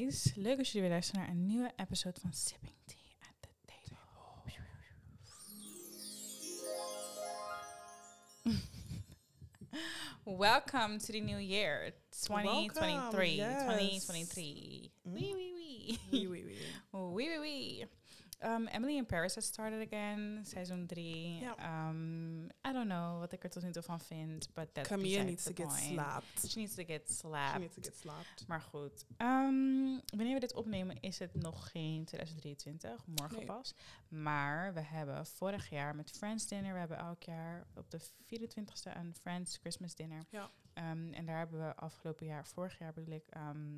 guys, leuk dat jullie weer luisteren naar een nieuwe episode van Sipping Tea at the Table. Welcome to the new year, 2023. Welcome, yes. 2023. Wee, wee, wee. Wee, wee, wee. Wee, wee, wee. Emily in Paris has started again, seizoen 3. Ja. I don't know wat ik er tot nu toe van vind, but that's Camille besides needs the to get point. slapped. She needs to get She slapped. needs to get slapped. Maar goed, wanneer we dit opnemen is het nog geen 2023, morgen Nee. pas. Maar we hebben vorig jaar met Friends Dinner, we hebben elk jaar op de 24e een Friends Christmas Dinner. Ja. En daar hebben we vorig jaar bedoel ik,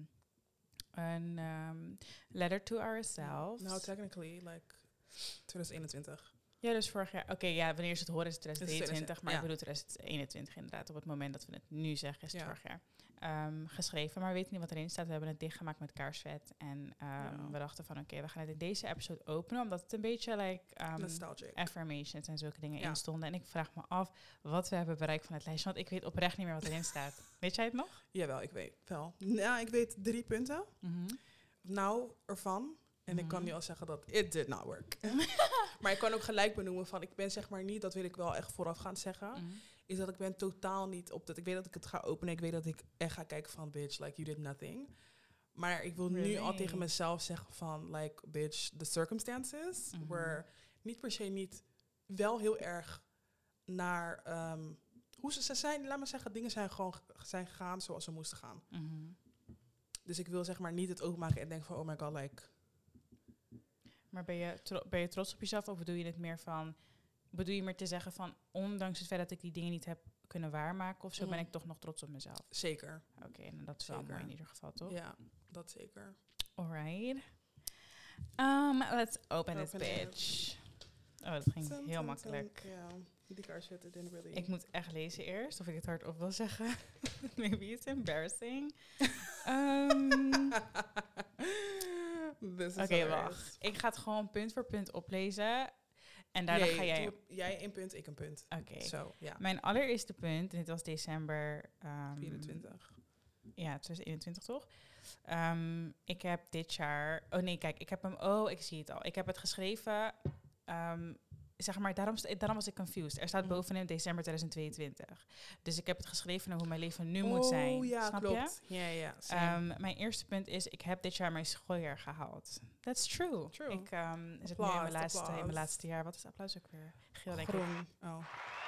een letter to ourselves. Nou, technically, like 2021. Ja, dus vorig jaar. Oké, ja, wanneer ze het horen is het 2022, maar ja. ik bedoel 2021 inderdaad. Op het moment dat we het nu zeggen is het Ja. vorig jaar geschreven. Maar we weten niet wat erin staat. We hebben het dichtgemaakt met kaarsvet. En we dachten van oké, we gaan het in deze episode openen. Omdat het een beetje Nostalgic. affirmations en zulke dingen Ja. in stonden. En ik vraag me af wat we hebben bereikt van het lijstje. Want ik weet oprecht niet meer wat erin staat. Weet jij het nog? Jawel, ik weet wel. Nou, ik weet 3 punten. Nou, ervan. En ik kan nu al zeggen dat it did not work. Maar ik kan ook gelijk benoemen van, ik ben zeg maar niet, dat wil ik wel echt voorafgaand zeggen, is dat ik ben totaal niet op dat. Ik weet dat ik het ga openen. Ik weet dat ik echt ga kijken van, bitch, like, you did nothing. Maar ik wil nu al tegen mezelf zeggen van, like, bitch, the circumstances were niet per se niet wel heel erg naar hoe ze zijn. Laat maar zeggen, dingen zijn gewoon zijn gegaan zoals ze moesten gaan. Dus ik wil zeg maar niet het openmaken en denken van, oh my god, like. Maar ben je trots op jezelf of bedoel je het meer van... Bedoel je meer te zeggen van... Ondanks het feit dat ik die dingen niet heb kunnen waarmaken... of zo ben ik toch nog trots op mezelf? Zeker. Oké, en dat is wel Zeker. mooi in ieder geval, toch? Ja, dat zeker. Alright. Let's open this bitch. Oh, dat ging heel makkelijk. Ja, die kaart zitten didn't really. Ik moet echt lezen eerst, of ik het hardop wil zeggen. Maybe it's embarrassing. Oké, wacht. Ik ga het gewoon punt voor punt oplezen. En daarna ga jij... Jij 1 punt, ik 1 punt. Oké. Zo, ja. Mijn allereerste punt, en dit was december... 24. Ja, 2021 toch? Ik heb dit jaar... Oh nee, kijk, ik heb hem... Oh, ik zie het al. Ik heb het geschreven... zeg maar, daarom was ik confused. Er staat bovenin december 2022. Dus ik heb het geschreven naar hoe mijn leven nu moet zijn. Oh ja, Snap klopt. je? Ja. Mijn eerste punt is, ik heb dit jaar mijn schooljaar gehaald. That's true. Ik zit nu in mijn laatste jaar. Wat is applaus ook weer? Geel, denk ik. Groen. Oh.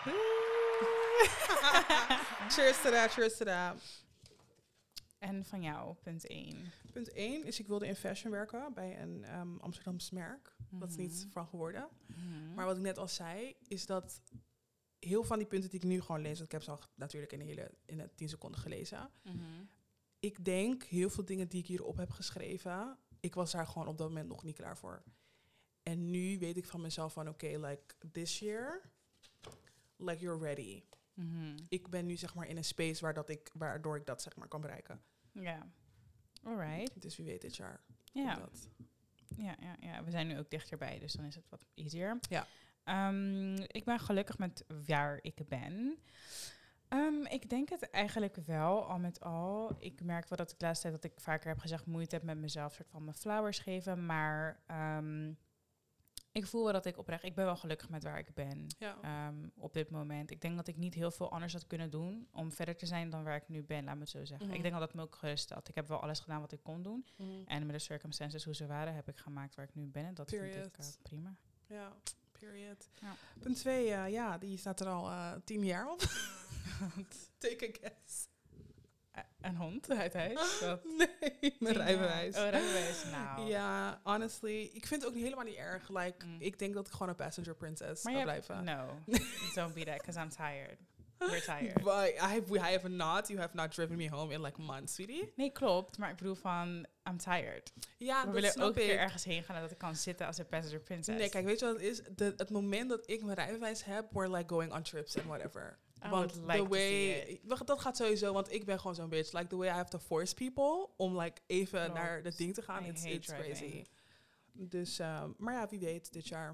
Cheers to that. En van jou, punt 1. Punt 1 is, ik wilde in fashion werken bij een Amsterdams merk. Dat is niet van geworden. Maar wat ik net al zei, is dat heel van die punten die ik nu gewoon lees, want ik heb ze al natuurlijk in de 10 seconden gelezen. Ik denk, heel veel dingen die ik hierop heb geschreven, ik was daar gewoon op dat moment nog niet klaar voor. En nu weet ik van mezelf van, oké, like, this year, like, you're ready. Ik ben nu zeg maar in een space waardoor ik dat zeg maar kan bereiken. Ja. Alright. Dus wie weet dit jaar. Ja. Dat. Ja. We zijn nu ook dichterbij, dus dan is het wat easier. Ja. Ik ben gelukkig met waar ik ben. Ik denk het eigenlijk wel, al met al. Ik merk wel dat ik de laatste tijd, dat ik vaker heb gezegd, moeite heb met mezelf, soort van mijn flowers geven. Maar ik voel wel dat ik ben wel gelukkig met waar ik ben op dit moment. Ik denk dat ik niet heel veel anders had kunnen doen om verder te zijn dan waar ik nu ben, laat me het zo zeggen. Ik denk dat dat me ook geruststelt. Ik heb wel alles gedaan wat ik kon doen. En met de circumstances hoe ze waren, heb ik gemaakt waar ik nu ben. En dat vind ik prima. Ja, period. Ja. Punt 2, die staat er al 10 jaar op. Take a guess. Een hond uit huis? Nee, mijn rijbewijs. Oh, rijbewijs. Nou. Ja, honestly. Ik vind het ook helemaal niet erg. Like, ik denk dat ik gewoon een passenger princess zou blijven. No, don't be that, because I'm tired. We're tired. But I have not. You have not driven me home in like months, sweetie. Nee, klopt. Maar ik bedoel van, I'm tired. Ja, we willen ook weer ergens heen gaan dat ik kan zitten als een passenger princess. Nee, kijk, weet je wat het is? Het moment dat ik mijn rijbewijs heb, we're like going on trips and whatever. Want the way... Dat gaat sowieso, want ik ben gewoon zo'n bitch. Like, the way I have to force people om like even naar dat ding te gaan, it's crazy. Dus, maar ja, wie weet, dit jaar.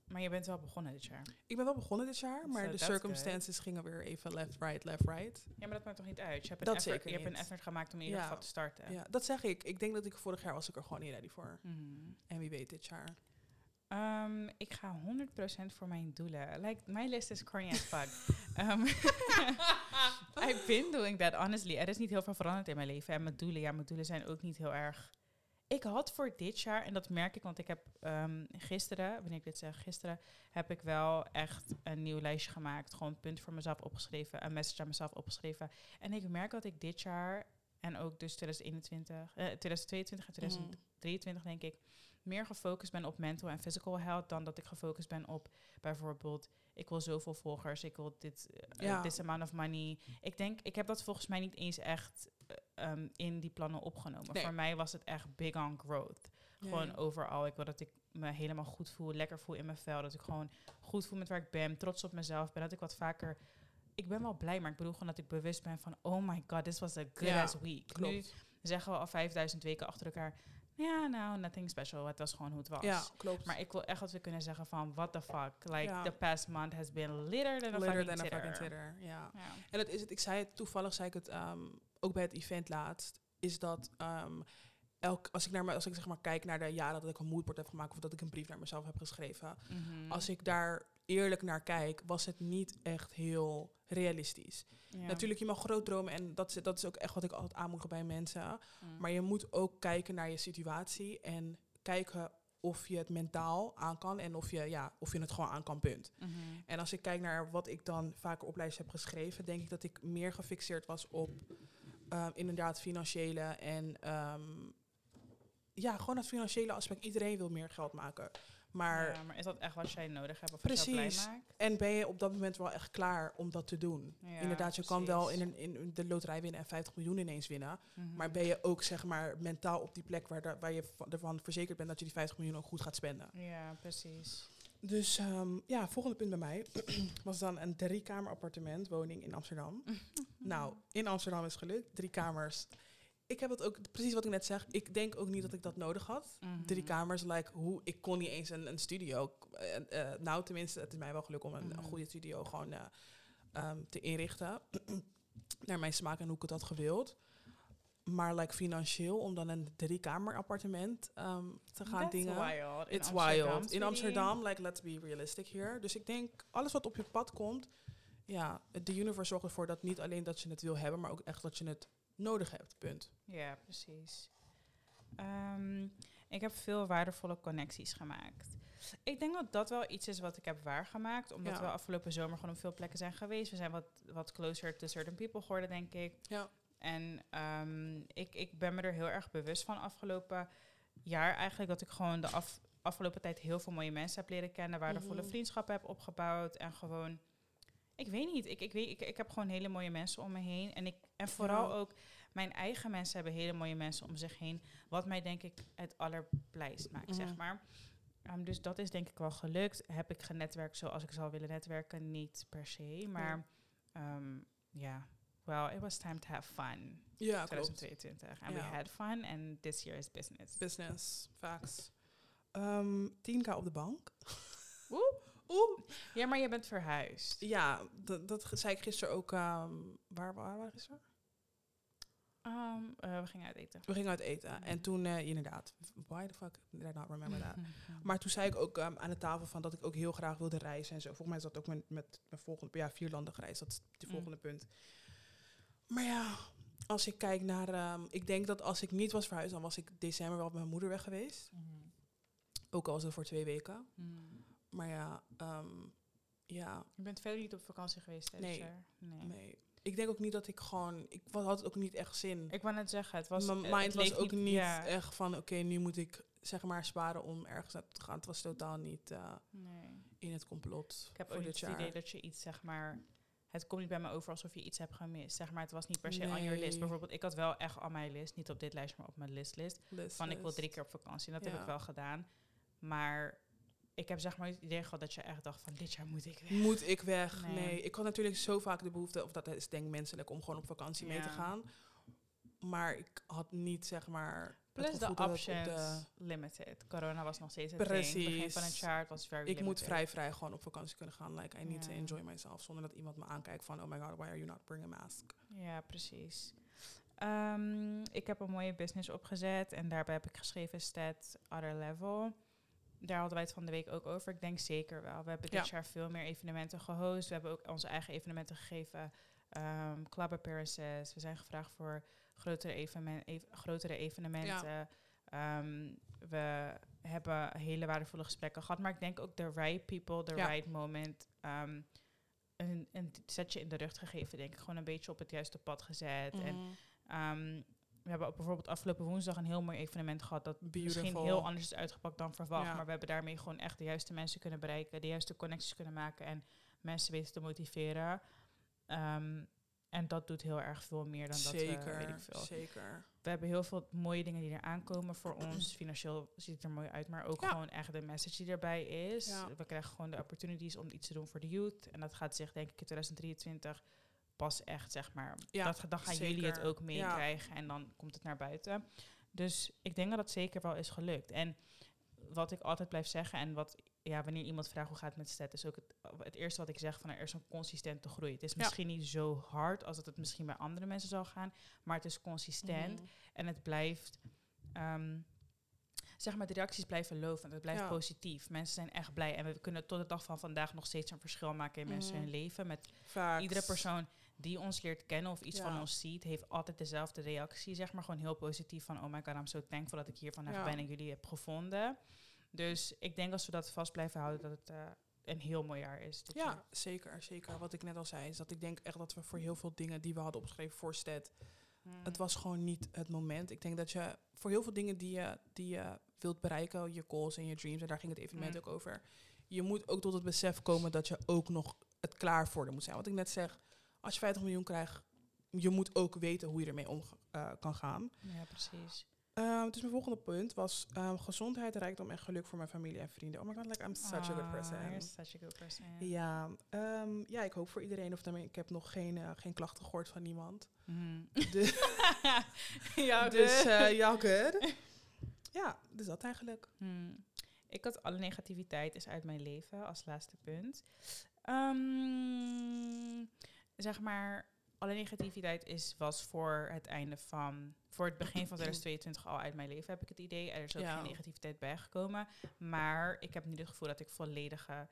Maar je bent wel begonnen dit jaar. Ik ben wel begonnen dit jaar, maar So de that's circumstances gingen weer even left, right. Ja, maar dat maakt toch niet uit? Je hebt Dat een zeker effort, je hebt niet. een effort gemaakt om in ieder geval te starten. Ja, dat zeg ik. Ik denk dat ik vorig jaar was ik er gewoon niet ready voor. Mhm. En wie weet dit jaar. Ik ga 100% voor mijn doelen. Like, my list is corny as fuck. I've been doing that, honestly. Er is niet heel veel veranderd in mijn leven. En mijn doelen zijn ook niet heel erg... Ik had voor dit jaar, en dat merk ik, want ik heb gisteren, wanneer ik dit zeg, gisteren heb ik wel echt een nieuw lijstje gemaakt. Gewoon een punt voor mezelf opgeschreven, een message aan mezelf opgeschreven. En ik merk dat ik dit jaar, en ook dus 2022 en 2023 denk ik, meer gefocust ben op mental en physical health dan dat ik gefocust ben op bijvoorbeeld, ik wil zoveel volgers, ik wil this amount of money. Ik heb dat volgens mij niet eens echt in die plannen opgenomen. Nee. Voor mij was het echt big on growth. Gewoon overal. Ik wil dat ik me helemaal goed voel, lekker voel in mijn vel. Dat ik gewoon goed voel met waar ik ben, trots op mezelf ben. Dat ik wat vaker... Ik ben wel blij, maar ik bedoel gewoon dat ik bewust ben van... Oh my god, this was a good ass week. Klopt. Nu zeggen we al 5000 weken achter elkaar... Ja, nou, nothing special. Het was gewoon hoe het was. Ja, klopt. Maar ik wil echt dat we kunnen zeggen van... What the fuck? Like, the past month has been litter than a fucking titter. Ja. En dat is het. Toevallig zei ik het ook bij het event laatst. Is dat als ik zeg maar kijk naar de jaren dat ik een moodboard heb gemaakt... of dat ik een brief naar mezelf heb geschreven... Als ik daar eerlijk naar kijk... was het niet echt heel realistisch. Ja. Natuurlijk, je mag groot dromen... en dat is ook echt wat ik altijd aanmoedig bij mensen. Maar je moet ook kijken naar je situatie... en kijken of je het mentaal aan kan... en of je het gewoon aan kan, punt. En als ik kijk naar wat ik dan vaker op lijst heb geschreven... denk ik dat ik meer gefixeerd was op... inderdaad financiële en... gewoon het financiële aspect. Iedereen wil meer geld maken. Maar is dat echt wat jij nodig hebt of precies. wat jou blij maakt? En ben je op dat moment wel echt klaar om dat te doen? Ja, inderdaad, je kan wel in de loterij winnen en 50 miljoen ineens winnen. Maar ben je ook zeg maar mentaal op die plek waar je ervan verzekerd bent dat je die 50 miljoen ook goed gaat spenden? Ja, precies. Dus volgende punt bij mij was dan een 3-kamer appartementwoning in Amsterdam. Nou, in Amsterdam is gelukt. 3 kamers. Ik heb het ook, precies wat ik net zeg, ik denk ook niet dat ik dat nodig had. 3 kamers, ik kon niet eens een studio. Nou, tenminste, het is mij wel gelukt om een goede studio gewoon te inrichten. Naar mijn smaak en hoe ik het had gewild. Maar financieel, om dan een 3-kamer appartement te gaan That's dingen. Wild. It's wild. In Amsterdam, let's be realistic here. Dus ik denk, alles wat op je pad komt, de universe zorgt ervoor dat niet alleen dat je het wil hebben, maar ook echt dat je het nodig hebt, punt. Ja, precies. Ik heb veel waardevolle connecties gemaakt. Ik denk dat dat wel iets is wat ik heb waargemaakt. Omdat we afgelopen zomer gewoon op veel plekken zijn geweest. We zijn wat closer to certain people geworden, denk ik. Ja. En ik ben me er heel erg bewust van afgelopen jaar eigenlijk... dat ik gewoon de afgelopen tijd heel veel mooie mensen heb leren kennen... waardevolle vriendschappen heb opgebouwd en gewoon... Ik weet niet. Ik heb gewoon hele mooie mensen om me heen. En vooral ook mijn eigen mensen hebben hele mooie mensen om zich heen. Wat mij denk ik het allerblijst maakt, zeg maar. Dus dat is denk ik wel gelukt. Heb ik genetwerkt zoals ik zou willen netwerken? Niet per se. Maar well, it was time to have fun. Ja, 2022. And we had fun. And this year is business. Business, facts. 10k op de bank. Ja, maar je bent verhuisd. Ja, dat zei ik gisteren ook. Waar waren we gisteren? We gingen uit eten. We gingen uit eten. En toen inderdaad, why the fuck did I not remember that? Maar toen zei ik ook aan de tafel van dat ik ook heel graag wilde reizen en zo. Volgens mij is dat ook met mijn volgende, 4-landige reis. Dat is het volgende punt. Maar ja, als ik kijk naar, ik denk dat als ik niet was verhuisd, dan was ik december wel met mijn moeder weg geweest. Ook al was het voor 2 weken. Maar ja. Je bent verder niet op vakantie geweest dit jaar? Nee. Ik denk ook niet dat ik had het ook niet echt zin. Ik wou net zeggen, het was... Mijn mind was ook niet echt van, oké, nu moet ik zeg maar sparen om ergens naartoe te gaan. Het was totaal niet in het complot. Ik heb ook niet het idee dat je iets, zeg maar... Het komt niet bij me over alsof je iets hebt gemist. Zeg maar, het was niet per se on your list. Bijvoorbeeld, ik had wel echt on mijn list. Niet op dit lijstje, maar op mijn list. Van, ik wil 3 keer op vakantie. Dat heb ik wel gedaan. Maar... Ik heb zeg maar het idee gehad dat je echt dacht van dit jaar moet ik weg. Moet ik weg? Nee. Ik had natuurlijk zo vaak de behoefte, of dat is denk ik menselijk, om gewoon op vakantie mee te gaan. Maar ik had niet, zeg maar... Plus de options limited. Corona was nog steeds het ding. Begin van het jaar, het was very limited. Ik moet vrij gewoon op vakantie kunnen gaan. Like, I need to enjoy myself. Zonder dat iemand me aankijkt van... oh my god, why are you not bringing a mask? Ja, precies. Ik heb een mooie business opgezet. En daarbij heb ik geschreven stat other level. Daar hadden wij het van de week ook over. Ik denk zeker wel. We hebben dit jaar veel meer evenementen gehost. We hebben ook onze eigen evenementen gegeven. Club appearances. We zijn gevraagd voor grotere evenementen. Ja. We hebben hele waardevolle gesprekken gehad. Maar ik denk ook the right people, the right moment. Een zetje in de rug gegeven, denk ik. Gewoon een beetje op het juiste pad gezet. En we hebben ook bijvoorbeeld afgelopen woensdag een heel mooi evenement gehad. Dat misschien heel anders is uitgepakt dan verwacht. Ja. Maar we hebben daarmee gewoon echt de juiste mensen kunnen bereiken. De juiste connecties kunnen maken. En mensen weten te motiveren. En dat doet heel erg veel meer dan dat we, weet ik veel. Zeker. We hebben heel veel mooie dingen die er aankomen voor ons. Financieel ziet het er mooi uit, maar ook gewoon echt de message die erbij is. Ja. We krijgen gewoon de opportunities om iets te doen voor de youth. En dat gaat zich, denk ik, in 2023 pas echt, zeg maar. Dan gaan jullie het ook meekrijgen en dan komt het naar buiten. Dus ik denk dat het zeker wel is gelukt. En wat ik altijd blijf zeggen en wat... Ja, wanneer iemand vraagt hoe gaat het met stat, is ook het eerste wat ik zeg van er is een consistente groei. Het is misschien niet zo hard als het misschien bij andere mensen zal gaan, maar het is consistent en het blijft, zeg maar, de reacties blijven lovend, het blijft positief. Mensen zijn echt blij en we kunnen tot de dag van vandaag nog steeds een verschil maken in mensen hun leven. Met iedere persoon die ons leert kennen of iets van ons ziet, heeft altijd dezelfde reactie, zeg maar, gewoon heel positief van oh my god, I'm so thankful dat ik hier vandaag ben en jullie heb gevonden. Dus ik denk als we dat vast blijven houden, dat het een heel mooi jaar is. Ja, zeker. Wat ik net al zei, is dat ik denk echt dat we voor heel veel dingen die we hadden opgeschreven voor STAT, het was gewoon niet het moment. Ik denk dat je voor heel veel dingen die je wilt bereiken, je goals en je dreams, en daar ging het evenement ook over, je moet ook tot het besef komen dat je ook nog het klaar voor er moet zijn. Wat ik net zeg, als je 50 miljoen krijgt, je moet ook weten hoe je ermee om kan gaan. Ja, precies. Dus mijn volgende punt was gezondheid, rijkdom en geluk voor mijn familie en vrienden. Oh my god, like I'm such a good person. You're such a good person. Ja, ik hoop voor iedereen, of ik heb nog geen klachten gehoord van niemand. Ja, good. Ja, dus dat eigenlijk. Ik had alle negativiteit is uit mijn leven als laatste punt. Zeg maar, alle negativiteit was voor het begin van 2022 al uit mijn leven, heb ik het idee. Er is ook geen negativiteit bijgekomen. Maar ik heb nu het gevoel dat ik volledige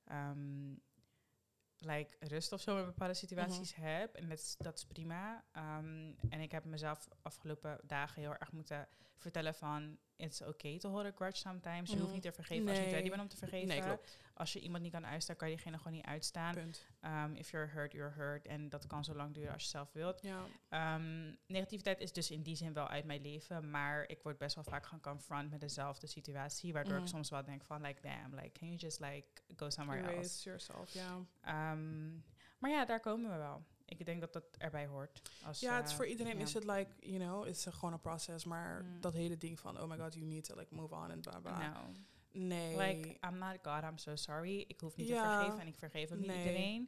rust of zo in bepaalde situaties heb. En dat is prima. En ik heb mezelf afgelopen dagen heel erg moeten vertellen van it's okay to hold a grudge sometimes. Je hoeft niet te vergeven als je niet ready bent om te vergeven. Nee, klopt. Als je iemand niet kan uitstaan, kan je diegene gewoon niet uitstaan. If you're hurt, you're hurt. En dat kan zo lang duren als je zelf wilt. Ja. Negativiteit is dus in die zin wel uit mijn leven. Maar ik word best wel vaak confront met dezelfde situatie. Waardoor ik soms wel denk van damn, can you just go somewhere else? Erase yourself, maar ja, daar komen we wel. Ik denk dat dat erbij hoort. Het is voor iedereen is het it's gewoon een proces. Maar dat hele ding van oh my god, you need to move on en bla bla. No. Nee. I'm not God, I'm so sorry. Ik hoef niet te vergeven en ik vergeef ook niet iedereen.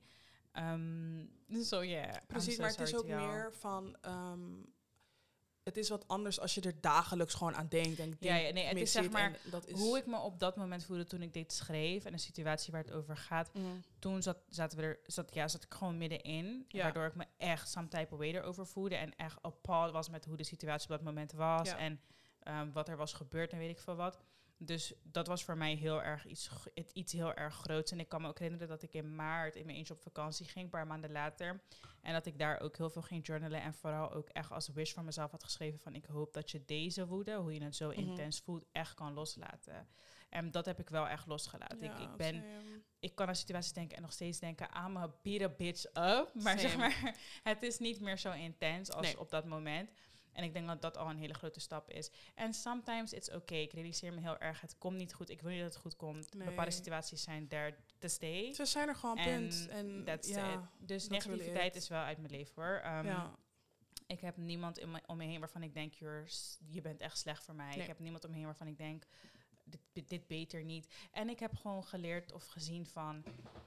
Precies, maar het is ook meer van... het is wat anders als je er dagelijks gewoon aan denkt. Het is zeg maar hoe ik me op dat moment voelde toen ik dit schreef en de situatie waar het over gaat. Toen zat ik gewoon middenin. Ja. Waardoor ik me echt some type of way erover voelde en echt appalled was met hoe de situatie op dat moment was en wat er was gebeurd en weet ik veel wat. Dus dat was voor mij heel erg iets heel erg groots. En ik kan me ook herinneren dat ik in maart in mijn eentje op vakantie ging, een paar maanden later. En dat ik daar ook heel veel ging journalen. En vooral ook echt als wish voor mezelf had geschreven van ik hoop dat je deze woede, hoe je het zo intens voelt, echt kan loslaten. En dat heb ik wel echt losgelaten. Ja, ik kan aan situaties denken en nog steeds denken, I'm a beat a bitch up. Maar zeg maar, het is niet meer zo intens als op dat moment. En ik denk dat dat al een hele grote stap is. En sometimes it's okay. Ik realiseer me heel erg, het komt niet goed. Ik wil niet dat het goed komt. Nee. Bepaalde situaties zijn there to stay. Ze zijn er gewoon, punt. En that's it. Dus negativiteit is wel uit mijn leven, hoor. Ik heb niemand om me heen waarvan ik denk, je bent echt slecht voor mij. Nee. Ik heb niemand om me heen waarvan ik denk, dit beter niet. En ik heb gewoon geleerd of gezien van...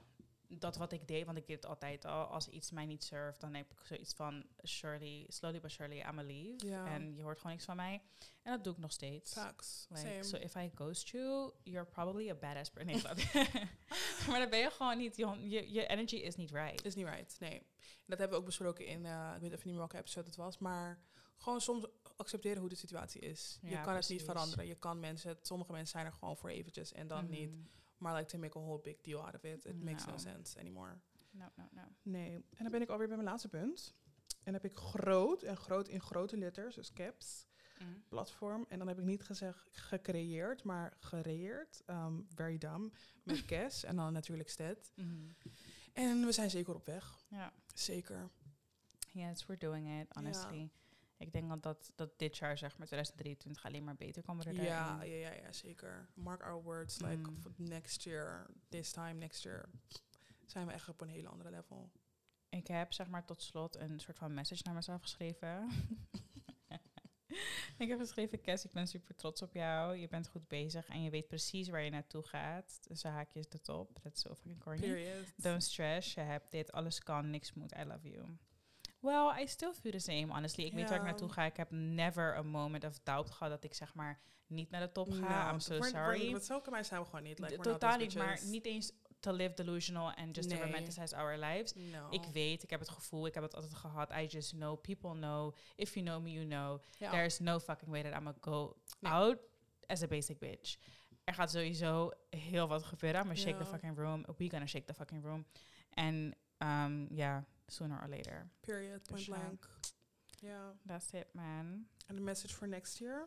dat wat ik deed, want ik deed het altijd al. Als iets mij niet serve, dan heb ik zoiets van slowly but surely, I'ma leave. Ja. En je hoort gewoon niks van mij. En dat doe ik nog steeds. Facts. Like, Same. so if I ghost you, you're probably a badass person. Nee, maar dan ben je gewoon niet, je energy is niet right. Is niet right, nee. Dat hebben we ook besproken in, ik weet even niet meer welke episode het was, maar gewoon soms accepteren hoe de situatie is. Ja, Je kan het niet precies. veranderen. Je kan sommige mensen zijn er gewoon voor eventjes en dan niet. Maar like to make a whole big deal out of it, it makes no sense anymore. No. Nee. En dan ben ik alweer bij mijn laatste punt. En heb ik groot in grote letters, dus caps, platform. En dan heb ik niet gezegd gecreëerd, maar gereëerd. Very dumb. Met Kes en dan natuurlijk Sted. En we zijn zeker op weg. Ja. Zeker. Yes, we're doing it, honestly. Ja. Ik denk dat dit jaar, zeg maar, 2023 alleen maar beter kan worden. Ja, zeker. Mark our words, like next year, this time next year, zijn we echt op een hele andere level. Ik heb, zeg maar, tot slot een soort van message naar mezelf geschreven. Ik heb geschreven, Kes, ik ben super trots op jou. Je bent goed bezig en je weet precies waar je naartoe gaat. Dus haakjes de top. That's so fucking corny. Period. Don't stress, je hebt dit, alles kan, niks moet, I love you. Well, I still feel the same, honestly. Ik weet waar ik naartoe ga. Ik heb never a moment of doubt gehad dat ik, zeg maar, niet naar de top ga. I'm so sorry. Maar zulke mensen zijn we gewoon niet. Like, totaal niet, maar niet eens to live delusional and just to romanticize our lives. No. Ik weet, ik heb het gevoel, ik heb het altijd gehad. I just know, people know. If you know me, you know. Ja. There's no fucking way that I'm gonna go out as a basic bitch. Er gaat sowieso heel wat gebeuren. I'm gonna shake the fucking room. We gonna shake the fucking room. En sooner or later. Period, point blank. Yeah. That's it, man. And the message for next year?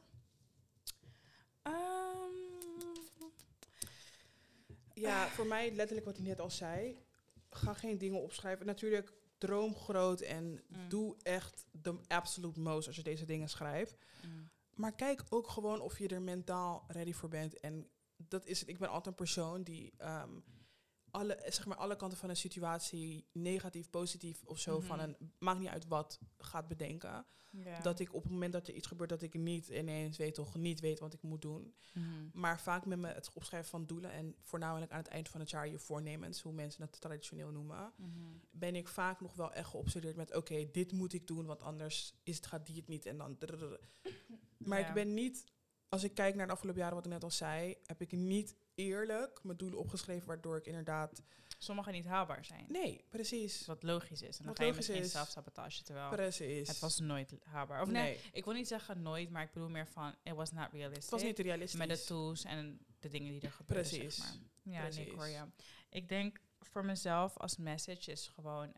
Ja, voor mij letterlijk wat ik net al zei. Ga geen dingen opschrijven. Natuurlijk, droom groot en doe echt de absolute most als je deze dingen schrijft. Maar kijk ook gewoon of je er mentaal ready voor bent. En dat is het. Ik ben altijd een persoon die alle kanten van een situatie, negatief, positief of zo, maakt niet uit wat, gaat bedenken. Yeah. Dat ik op het moment dat er iets gebeurt, dat ik niet ineens niet weet wat ik moet doen. Maar vaak met het opschrijven van doelen en voornamelijk aan het eind van het jaar je voornemens, hoe mensen het traditioneel noemen, ben ik vaak nog wel echt geobsedeerd met oké, dit moet ik doen, want anders gaat die het niet en dan. Maar ik ben niet, als ik kijk naar de afgelopen jaren, wat ik net al zei, heb ik niet eerlijk mijn doelen opgeschreven, waardoor ik inderdaad... Sommige niet haalbaar zijn. Nee, precies. Wat logisch is. En dan ga je misschien zelfsabotage, terwijl het was nooit haalbaar. Of nee, ik wil niet zeggen nooit, maar ik bedoel meer van, it was not realistic. Het was niet realistisch. Met de tools en de dingen die er gebeuren, precies. Zeg maar. Ja, precies. Nee, ik hoor je. Ik denk voor mezelf als message is gewoon...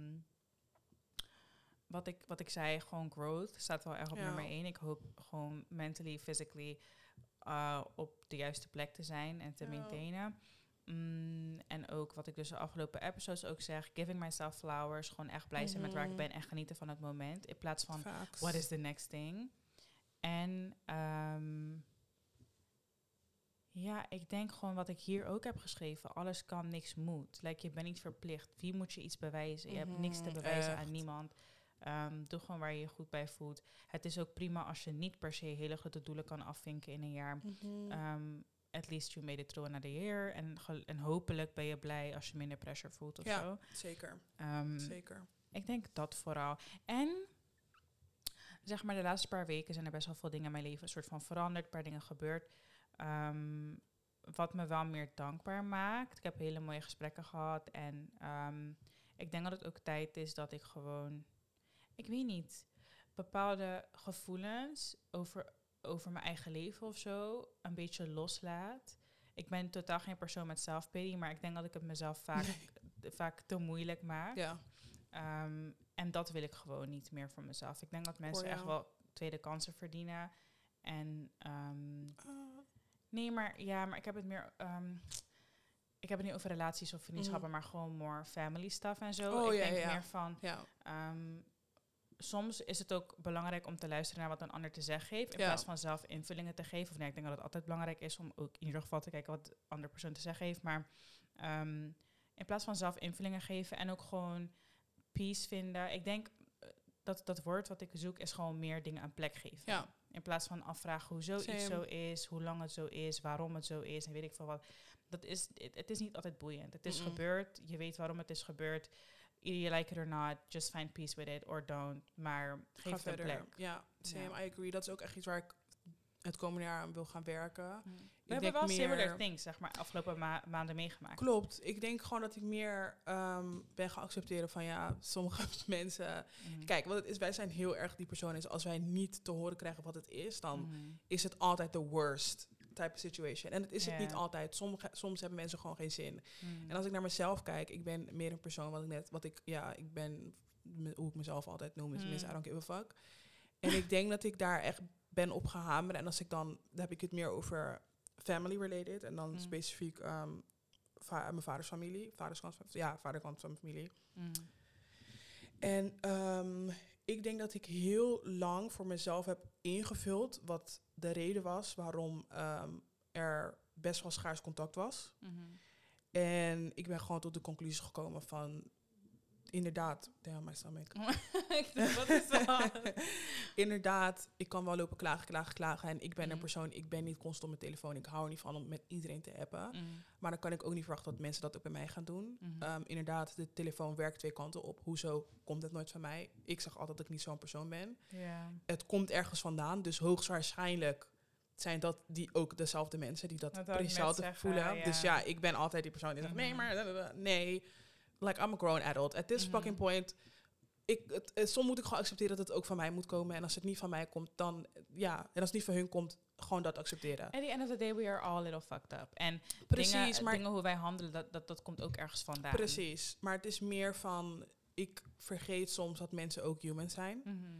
Wat ik zei, gewoon growth staat wel echt op nummer 1. Ik hoop gewoon mentally, physically op de juiste plek te zijn en te maintainen. En ook wat ik dus de afgelopen episodes ook zeg, giving myself flowers, gewoon echt blij zijn met waar ik ben en genieten van het moment. In plaats van, what is the next thing? En ik denk gewoon wat ik hier ook heb geschreven, alles kan, niks moet. Like, je bent niet verplicht. Wie moet je iets bewijzen? Je hebt niks te bewijzen aan niemand. Doe gewoon waar je je goed bij voelt. Het is ook prima als je niet per se hele grote doelen kan afvinken in een jaar. At least you made it through another year. En hopelijk ben je blij als je minder pressure voelt of zo. Zeker. Zeker. Ik denk dat vooral. En zeg maar de laatste paar weken zijn er best wel veel dingen in mijn leven een soort van veranderd. Een paar dingen gebeurd. Wat me wel meer dankbaar maakt. Ik heb hele mooie gesprekken gehad. En ik denk dat het ook tijd is dat ik gewoon... Ik weet niet, bepaalde gevoelens over mijn eigen leven of zo een beetje loslaat. Ik ben totaal geen persoon met self-pity, maar ik denk dat ik het mezelf vaak te moeilijk maak. Ja. En dat wil ik gewoon niet meer voor mezelf. Ik denk dat mensen echt wel tweede kansen verdienen. En maar ik heb het meer... ik heb het niet over relaties of vriendschappen, maar gewoon more family stuff en zo. Ik denk meer van... soms is het ook belangrijk om te luisteren naar wat een ander te zeggen heeft, in plaats van zelf invullingen te geven. Of nee, ik denk dat het altijd belangrijk is om ook in ieder geval te kijken wat de andere persoon te zeggen heeft. Maar in plaats van zelf invullingen geven en ook gewoon peace vinden. Ik denk dat woord wat ik zoek is gewoon meer dingen een plek geven. Ja. In plaats van afvragen hoe zoiets Same. zo is, hoe lang het zo is, waarom het zo is en weet ik veel wat. Het is niet altijd boeiend. Het is gebeurd, je weet waarom het is gebeurd. Either you like it or not, just find peace with it or don't. Maar geef het een plek. Ja, same, I agree. Dat is ook echt iets waar ik het komende jaar aan wil gaan werken. We hebben wel similar things, zeg maar, afgelopen maanden meegemaakt. Klopt. Ik denk gewoon dat ik meer ben gaan accepteren van sommige mensen... Kijk, wat het is, wij zijn heel erg die persoon. Dus als wij niet te horen krijgen wat het is, dan is het altijd the worst type of situation. En het is het niet altijd. Soms hebben mensen gewoon geen zin. En als ik naar mezelf kijk, ik ben meer een persoon ik ben, hoe ik mezelf altijd noem, is I don't give a fuck. En ik denk dat ik daar echt ben op gehamerd. En als ik dan heb ik het meer over family related. En dan specifiek mijn vaders familie. Vaderkant van mijn familie. En ik denk dat ik heel lang voor mezelf heb ingevuld wat de reden was waarom er best wel schaars contact was. En ik ben gewoon tot de conclusie gekomen van... Inderdaad, damn my stomach. Wat is dat? Inderdaad, ik kan wel lopen klagen. En ik ben een persoon, ik ben niet constant op mijn telefoon. Ik hou er niet van om met iedereen te appen. Maar dan kan ik ook niet verwachten dat mensen dat ook bij mij gaan doen. Inderdaad, de telefoon werkt twee kanten op. Hoezo komt het nooit van mij? Ik zeg altijd dat ik niet zo'n persoon ben. Yeah. Het komt ergens vandaan, dus hoogstwaarschijnlijk zijn dat die ook dezelfde mensen die dat precies voelen. Ja. Dus ik ben altijd die persoon die zegt, nee, maar nee. Like, I'm a grown adult. At this fucking point... soms moet ik gewoon accepteren dat het ook van mij moet komen. En als het niet van mij komt, dan... En als het niet van hun komt, gewoon dat accepteren. At the end of the day, we are all a little fucked up. En dingen hoe wij handelen, dat komt ook ergens vandaan. Precies. Maar het is meer van... Ik vergeet soms dat mensen ook human zijn.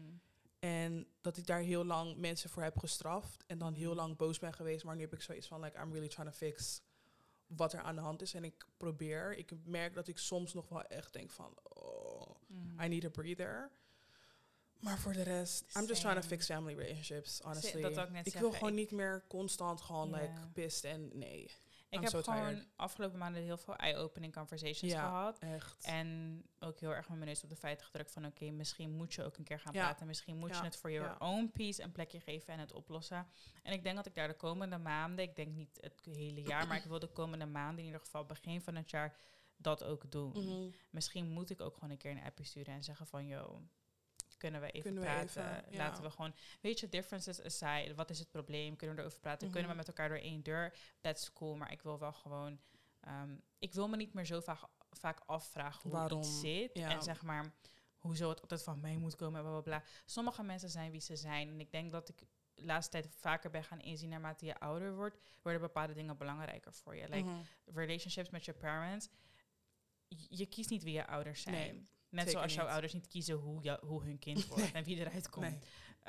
En dat ik daar heel lang mensen voor heb gestraft. En dan heel lang boos ben geweest. Maar nu heb ik zoiets van... I'm really trying to fix... wat er aan de hand is. En ik merk dat ik soms nog wel echt denk van... I need a breather. Maar voor de rest... I'm just trying to fix family relationships, honestly. Ik wil gewoon niet meer constant gewoon pissed en nee. Ik heb gewoon afgelopen maanden heel veel eye-opening conversations gehad. Echt. En ook heel erg met mijn neus op de feiten gedrukt van... oké, misschien moet je ook een keer gaan praten. Misschien moet je het voor your own peace een plekje geven en het oplossen. En ik denk dat ik daar de komende maanden... ik denk niet het hele jaar, maar ik wil de komende maanden... in ieder geval begin van het jaar dat ook doen. Misschien moet ik ook gewoon een keer een appje sturen en zeggen van... kunnen we even praten? Laten we gewoon... Weet je, differences aside. Wat is het probleem? Kunnen we erover praten? Kunnen we met elkaar door één deur? That's cool, maar ik wil wel gewoon... ik wil me niet meer zo vaak afvragen hoe iets zit. En zeg maar, hoezo het altijd van mij moet komen. Bla, bla, bla. Sommige mensen zijn wie ze zijn. En ik denk dat ik de laatste tijd vaker ben gaan inzien... naarmate je ouder wordt, worden bepaalde dingen belangrijker voor je. Like, relationships met je parents. Je kiest niet wie je ouders zijn. Nee. Net zoals jouw ouders niet kiezen hoe hun kind wordt en wie eruit komt.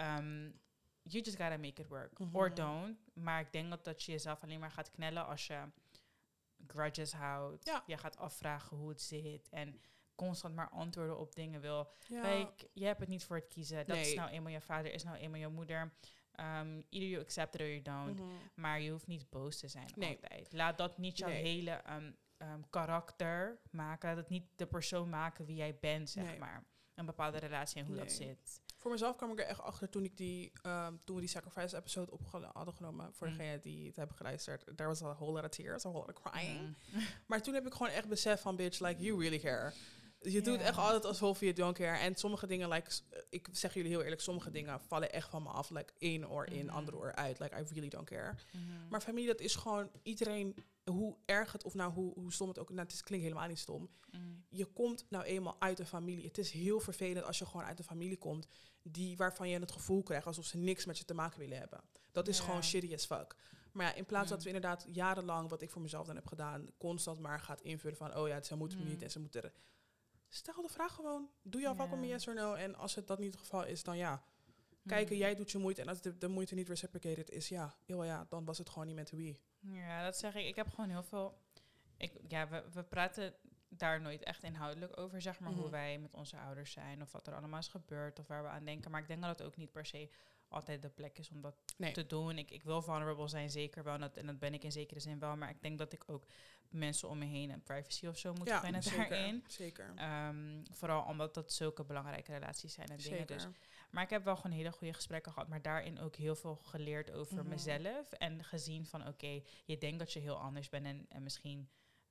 You just gotta make it work. Or don't. Maar ik denk dat je jezelf alleen maar gaat knellen als je grudges houdt. Ja. Je gaat afvragen hoe het zit. En constant maar antwoorden op dingen wil. Like, je hebt het niet voor het kiezen. Dat is nou eenmaal je vader, is nou eenmaal je moeder. Either you accept it or you don't. Maar je hoeft niet boos te zijn altijd. Laat dat niet jouw hele... karakter maken. Laat het niet de persoon maken wie jij bent, zeg maar. Een bepaalde relatie en hoe dat zit. Voor mezelf kwam ik er echt achter toen ik toen we die Sacrifice episode hadden genomen. Voor degenen die het hebben geluisterd. There was a whole lot of tears, a whole lot of crying. Maar toen heb ik gewoon echt besef van, bitch, like, you really care. Je doet echt altijd alsof je don't care. En sommige dingen, like, ik zeg jullie heel eerlijk, sommige dingen vallen echt van me af. Like, één oor in, andere oor uit. Like, I really don't care. Maar familie, dat is gewoon iedereen... Hoe erg het, of nou hoe stom het ook... Nou, het klinkt helemaal niet stom. Je komt nou eenmaal uit een familie. Het is heel vervelend als je gewoon uit een familie komt... waarvan je het gevoel krijgt alsof ze niks met je te maken willen hebben. Dat is gewoon shitty as fuck. Maar ja, in plaats dat we inderdaad jarenlang... wat ik voor mezelf dan heb gedaan... constant maar gaat invullen van... oh ja, ze moeten me niet en ze moeten... Stel de vraag gewoon. Doe jouw vak om yes or no. En als het dat niet het geval is, dan ja... Kijken, jij doet je moeite. En als de moeite niet reciprocated is, dan was het gewoon niet meant to be. Ja, dat zeg ik. Ik heb gewoon heel veel... We praten daar nooit echt inhoudelijk over, zeg maar, hoe wij met onze ouders zijn. Of wat er allemaal is gebeurd, of waar we aan denken. Maar ik denk dat het ook niet per se altijd de plek is om dat te doen. Ik wil vulnerable zijn, zeker wel. En dat ben ik in zekere zin wel. Maar ik denk dat ik ook mensen om me heen en privacy of zo moet gunnen daarin. Zeker. Vooral omdat dat zulke belangrijke relaties zijn en dingen. Dus. Maar ik heb wel gewoon hele goede gesprekken gehad. Maar daarin ook heel veel geleerd over mezelf. En gezien van, oké, je denkt dat je heel anders bent. En misschien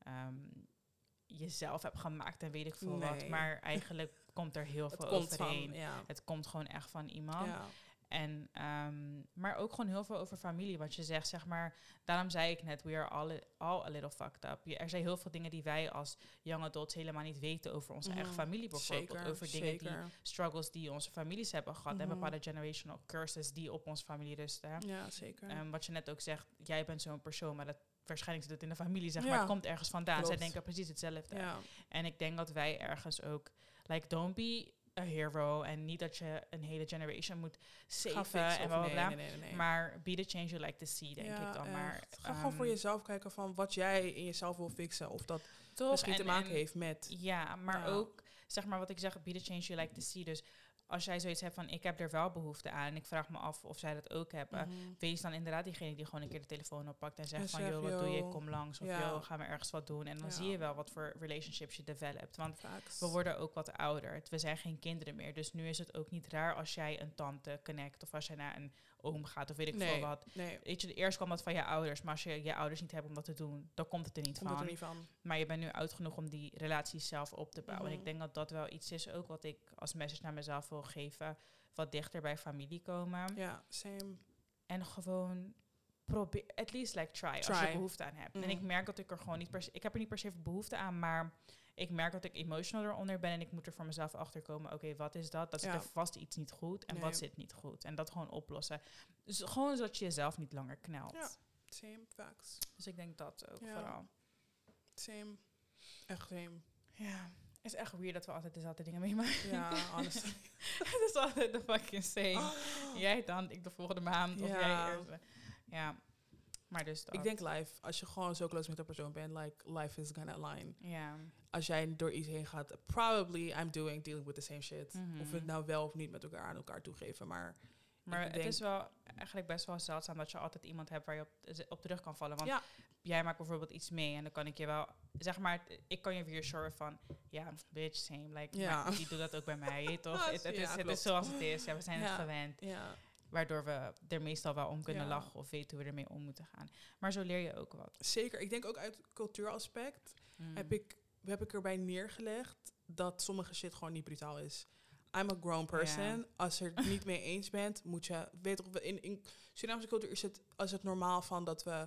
jezelf hebt gemaakt en weet ik veel wat. Maar eigenlijk komt er heel veel overheen. Het komt gewoon echt van iemand. Ja. En, maar ook gewoon heel veel over familie. Wat je zegt, zeg maar, daarom zei ik net, we are all a little fucked up. Er zijn heel veel dingen die wij als young adults helemaal niet weten over onze eigen familie bijvoorbeeld. Zeker, over dingen struggles die onze families hebben gehad. En bepaalde generational curses die op onze familie rusten. Ja, zeker. Wat je net ook zegt, jij bent zo'n persoon, maar dat waarschijnlijk zit het in de familie, zeg maar. Het komt ergens vandaan. Klopt. Zij denken precies hetzelfde. Ja. En ik denk dat wij ergens ook, like, don't be a hero. En niet dat je een hele generation moet saven en bla bla. Nee. Maar be the change you like to see, denk ik dan. Maar ga gewoon voor jezelf kijken van wat jij in jezelf wil fixen. Of dat misschien te maken heeft met... Ja, maar ook, zeg maar wat ik zeg, be the change you like to see. Dus als jij zoiets hebt van, ik heb er wel behoefte aan en ik vraag me af of zij dat ook hebben, wees dan inderdaad diegene die gewoon een keer de telefoon oppakt en zegt van, joh, wat doe je, ik kom langs. Of joh, gaan we ergens wat doen. En dan zie je wel wat voor relationships je developt. Want we worden ook wat ouder. We zijn geen kinderen meer. Dus nu is het ook niet raar als jij een tante connect of als jij naar een oom gaat of weet ik veel wat. Weet je, eerst kwam dat van je ouders, maar als je je ouders niet hebt om dat te doen, dan komt het er niet van. Maar je bent nu oud genoeg om die relaties zelf op te bouwen. En ik denk dat dat wel iets is ook wat ik als message naar mezelf wil geven. Wat dichter bij familie komen. Ja, same. En gewoon probeer, at least like try. Als je behoefte aan hebt. En ik merk dat ik er gewoon niet ik heb er niet per se behoefte aan, maar ik merk dat ik emotional eronder ben en ik moet er voor mezelf achter komen. Oké, wat is dat? Dat zit er vast iets niet goed en wat zit niet goed. En dat gewoon oplossen. Dus gewoon zodat je jezelf niet langer knelt. Ja, same, facts. Dus ik denk dat ook vooral. Same. Echt same. Ja. Het is echt weird dat we altijd dezelfde dingen meemaken. Ja, honestly. Het is altijd de fucking same. Jij dan, ik de volgende maand of jij eerst. Ja. Maar dus dat. Ik denk life, als je gewoon zo close met een persoon bent, like, life is gonna align. Ja. Als jij door iets heen gaat, probably I'm dealing with the same shit. Of we het nou wel of niet met elkaar aan elkaar toegeven, maar het is wel eigenlijk best wel zeldzaam dat je altijd iemand hebt waar je op terug kan vallen. Want jij maakt bijvoorbeeld iets mee en dan kan ik je wel, zeg maar, ik kan je reassuren van, bitch, same. Like, maar die doet dat ook bij mij, toch? Het is zoals het is. Ja, we zijn het gewend. Ja. Waardoor we er meestal wel om kunnen lachen of weten hoe we ermee om moeten gaan. Maar zo leer je ook wat. Zeker. Ik denk ook uit cultuuraspect heb ik erbij neergelegd dat sommige shit gewoon niet brutaal is. I'm a grown person. Als je het niet mee eens bent, moet je... Weet toch, in Surinaamse cultuur is het als het normaal van dat we...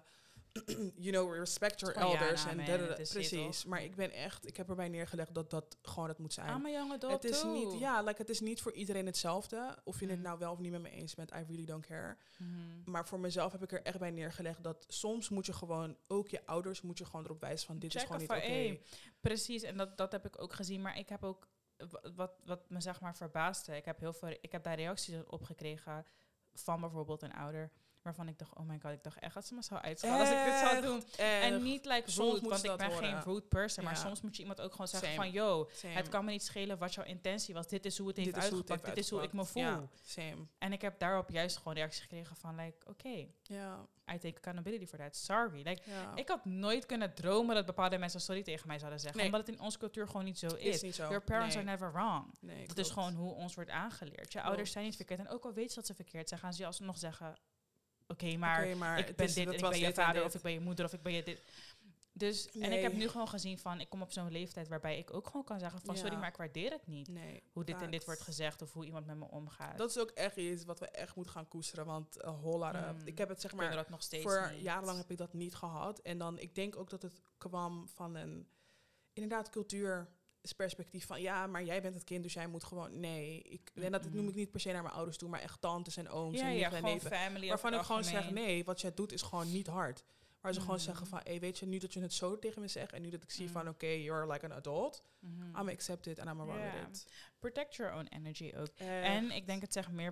respect your elders. Precies. Maar ik heb erbij neergelegd dat gewoon het moet zijn. I'm a young adult het is niet, het is niet voor iedereen hetzelfde. Of je het nou wel of niet met me eens bent, I really don't care. Maar voor mezelf heb ik er echt bij neergelegd dat soms moet je gewoon, ook je ouders moet je gewoon erop wijzen van dit is gewoon niet oké. Precies, en dat heb ik ook gezien. Maar ik heb ook, wat me zeg maar verbaasde, ik heb daar reacties op gekregen van bijvoorbeeld een ouder, waarvan ik dacht, oh my god, ik dacht echt dat ze me zou uitschalen als ik dit zou doen. En niet like rude, want ik ben geen rude person, maar soms moet je iemand ook gewoon zeggen van, het kan me niet schelen wat jouw intentie was. Dit is hoe het heeft uitgepakt. Dit is hoe ik me voel. Ja, same. En ik heb daarop juist gewoon reacties gekregen van, like, oké, I take accountability for that. Sorry. Like, ik had nooit kunnen dromen dat bepaalde mensen sorry tegen mij zouden zeggen. Omdat het in onze cultuur gewoon niet zo is. Niet zo. Your parents are never wrong. Dat is gewoon hoe ons wordt aangeleerd. Je ouders zijn niet verkeerd. En ook al weet je dat ze verkeerd zijn, gaan ze je alsnog zeggen, Oké, maar ik ben dit en ik ben je vader of ik ben je moeder of ik ben je dit. Dus, en ik heb nu gewoon gezien van, ik kom op zo'n leeftijd waarbij ik ook gewoon kan zeggen van, sorry, maar ik waardeer het niet. Hoe dit en dit wordt gezegd of hoe iemand met me omgaat. Dat is ook echt iets wat we echt moeten gaan koesteren, want ik heb het zeg maar, dat nog steeds voor jarenlang heb ik dat niet gehad. En dan, ik denk ook dat het kwam van een, inderdaad, cultuursperspectief van, maar jij bent het kind, dus jij moet gewoon, en dat noem ik niet per se naar mijn ouders toe, maar echt tantes en ooms en nichten en neven. Family waarvan ik gewoon zeg, wat jij doet is gewoon niet hard. Waar ze gewoon zeggen van, weet je, nu dat je het zo tegen me zegt en nu dat ik zie van, you're like an adult, I'm accept it and I'm around with it. Protect your own energy ook. En ik denk het zegt meer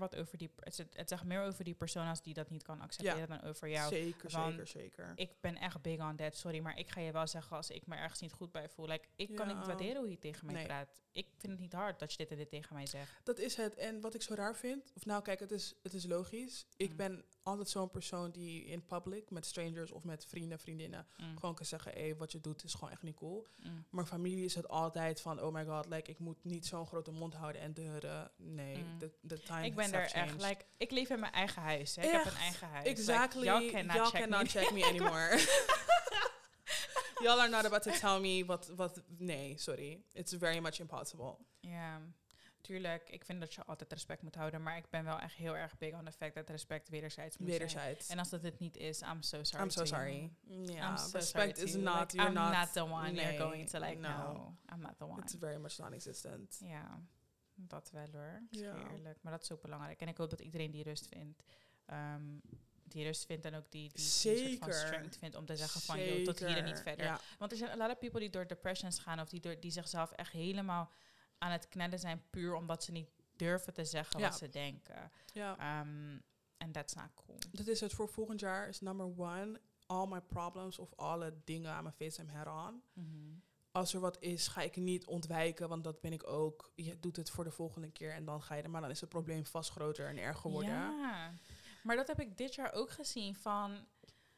over die persona's die dat niet kan accepteren dan over jou. Zeker. Ik ben echt big on that, sorry, maar ik ga je wel zeggen als ik me ergens niet goed bij voel. Like, ik kan niet waarderen hoe je tegen mij praat. Ik vind het niet hard dat je dit en dit tegen mij zegt. Dat is het. En wat ik zo raar vind, kijk, het is logisch. Ik ben altijd zo'n persoon die in public met strangers of met vriendinnen gewoon kan zeggen, wat je doet is gewoon echt niet cool. Maar familie is het altijd van, oh my god, like, ik moet niet zo'n grote mond houden en deuren. Nee, de time Ik ben er echt, like, ik leef in mijn eigen huis. Hè. Ik heb een eigen huis. Exactly. Like, y'all cannot check me anymore. Y'all are not about to tell me wat. Nee, sorry. It's very much impossible. Ja, tuurlijk. Ik vind dat je altijd respect moet houden. Maar ik ben wel echt heel erg big on the fact dat respect wederzijds moet zijn. En als dat het niet is, I'm so sorry. I'm so sorry. Yeah, so respect is not. Like, you're I'm not the one you're nee, going to like. No, I'm not the one. It's very much non-existent. Ja, dat wel hoor. Ja. Eerlijk. Maar dat is ook belangrijk. En ik hoop dat iedereen die rust vindt. En ook die soort van strength vindt om te zeggen van, joh, tot hier en niet verder. Ja. Want er zijn a lot of people die door depressions gaan of die zichzelf echt helemaal aan het knellen zijn puur omdat ze niet durven te zeggen wat ze denken. Ja. En that's not cool. Dat is het voor volgend jaar. Is number 1, all my problems of alle dingen aan mijn face I'm head on. Als er wat is, ga ik niet ontwijken, want dat ben ik ook. Je doet het voor de volgende keer en dan ga je er. Maar dan is het probleem vast groter en erger worden. Ja, maar dat heb ik dit jaar ook gezien van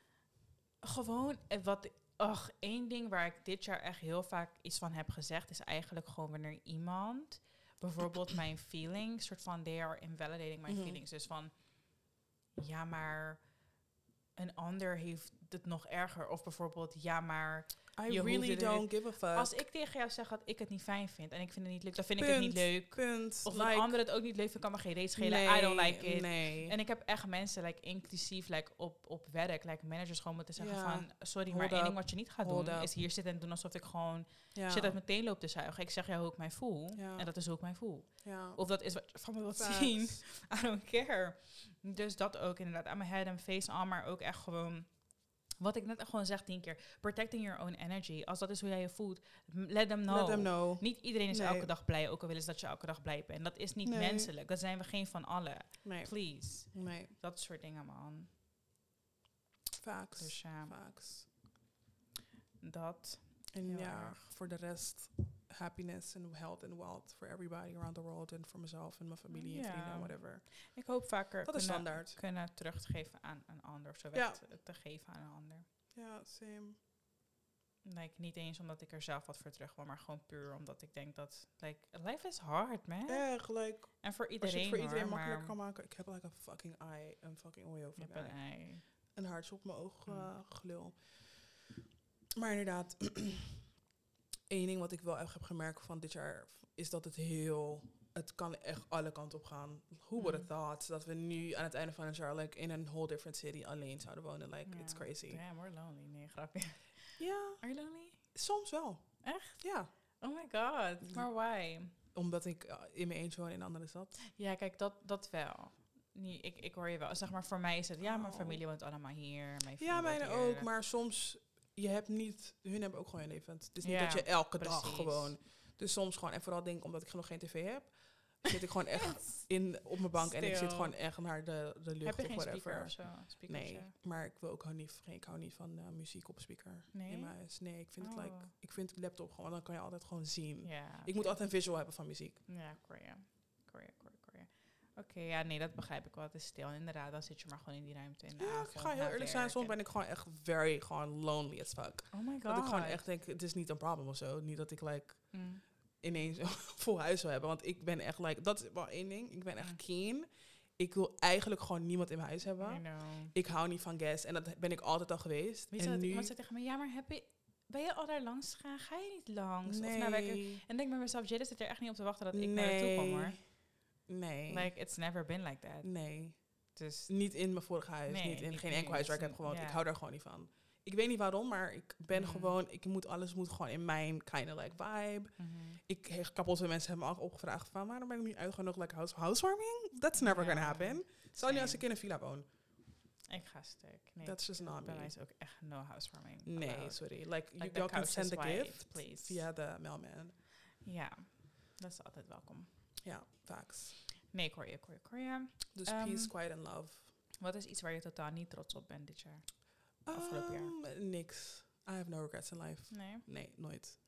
gewoon één ding waar ik dit jaar echt heel vaak iets van heb gezegd, is eigenlijk gewoon wanneer iemand bijvoorbeeld mijn feelings, soort van they are invalidating my feelings. Dus van, ja, maar een ander heeft het nog erger. Of bijvoorbeeld, ja, maar I really don't give a fuck. Als ik tegen jou zeg dat ik het niet fijn vind en ik vind het niet leuk, dan vind ik het niet leuk. Punt. Of dat ander het ook niet leuk vindt, kan me geen reet schelen. Nee, I don't like it. Nee. En ik heb echt mensen, like, inclusief like, op werk, like, managers gewoon moeten zeggen van, sorry, Hold maar één up. ding wat je niet gaat Hold doen, up. is hier zitten en doen alsof ik gewoon shit uit meteen loop te zuigen. Ik zeg jou hoe ik mij voel. Ja. En dat is hoe ik mij voel. Ja. Of dat is wat je van me wilt Facts. zien. I don't care. Dus dat ook inderdaad. Aan mijn head en face on, maar ook echt gewoon, wat ik net gewoon zeg 10 keer. Protecting your own energy. Als dat is hoe jij je voelt, let them know. Let them know. Niet iedereen is Nee. elke dag blij, ook al willen ze dat je elke dag blij bent. Dat is niet menselijk. Dat zijn we geen van allen. Nee. Please. Nee. Dat soort dingen, man. Facts. Dus ja, Facts. dat. En Heel ja, erg. voor de rest, happiness and health and wealth for everybody around the world. En voor mezelf en mijn familie en Ja. vrienden en whatever. Ik hoop vaker Dat is standaard. kunnen teruggeven aan een ander. Of zo Ja. weg te geven aan een ander. Ja, same. Like, niet eens omdat ik er zelf wat voor terug wil, maar gewoon puur omdat ik denk dat, like, life is hard, man. Echt, like, En voor als je iedereen, het voor iedereen hoor, makkelijker maar kan maken. Ik heb like een fucking eye, een fucking ojo je van hebt een ei. een hartje op mijn oog gelul. Maar inderdaad, één ding wat ik wel echt heb gemerkt van dit jaar is dat het kan echt alle kanten op gaan. Who would have thought dat we nu aan het einde van het jaar like in een whole different city alleen zouden wonen? Like, it's crazy. Damn, we're lonely. Nee, grapje. Ja, Are you lonely? soms wel. Echt? Ja. Oh my god. Maar why? Omdat ik in mijn eentje woon in een andere stad. Ja, kijk, dat wel. Nee, ik hoor je wel. Zeg maar, voor mij is het, ja, mijn familie woont allemaal hier. Mijn vrienden Ja, mijne woont hier. ook. Maar soms, hun hebben ook gewoon een leven. Het is niet Ja, dat je elke dag precies. gewoon. Dus soms gewoon, en vooral denk ik, omdat ik nog geen tv heb, zit ik gewoon echt op mijn bank en ik zit Stil. gewoon echt naar de lucht Heb je of geen whatever. speaker of zo? Speakers, Nee, ja. maar ik wil ook ik hou niet van muziek op speaker Nee? in mijn huis. Nee, ik vind het Oh. ik vind laptop gewoon, dan kan je altijd gewoon zien. Ja. Ik moet altijd een visual hebben van muziek. Ja, Korea. Oké, ja, nee, dat begrijp ik wel. Het is stil. En inderdaad, dan zit je maar gewoon in die ruimte in de Ja, avond. ik ga heel na eerlijk zijn, werk soms en- ben ik gewoon echt gewoon lonely as fuck. Oh my god. Dat ik gewoon echt denk, het is niet een probleem of zo. Niet dat ik like Mm. ineens een vol huis wil hebben. Want ik ben echt like, dat is wel één ding. Ik ben echt keen. Ik wil eigenlijk gewoon niemand in mijn huis I hebben. know. Ik hou niet van guests. En dat ben ik altijd al geweest. Weet je en wat nu, iemand zei tegen me? Ja, maar ben je al daar langs gegaan? Ga je niet langs? nee. Of naar werk? En denk ik bij mezelf, Jada zit er echt niet op te wachten dat ik naar naartoe kom, hoor. Nee. Like, it's never been like that. Nee. Dus, Niet in mijn vorige huis. Nee, niet in niet geen nu. enkel huis waar ik heb Dus, gewoond. ja. Ik hou daar gewoon niet van. Ik weet niet waarom, maar ik ben Mm. gewoon... Alles moet gewoon in mijn kind of like vibe. mhm. Ik kapot veel mensen hebben me al opgevraagd van... waarom ben ik niet uitgenodigd like housewarming? That's never Ja. gonna happen. Zou niet als Same. ik in een villa woon. Ik ga stuk. Nee, That's just not bij me. mij is ook echt no housewarming. Nee, allowed. sorry. Like, the y'all can couch send is the white, gift please. via de mailman. Ja, dat is altijd welkom. Ja, facts. Nee, Korea. Dus Ehm, peace, quiet and love. Wat is iets waar je totaal niet trots op bent dit jaar? afgelopen jaar? Niks. I have no regrets in life. Nee. Nee, nooit.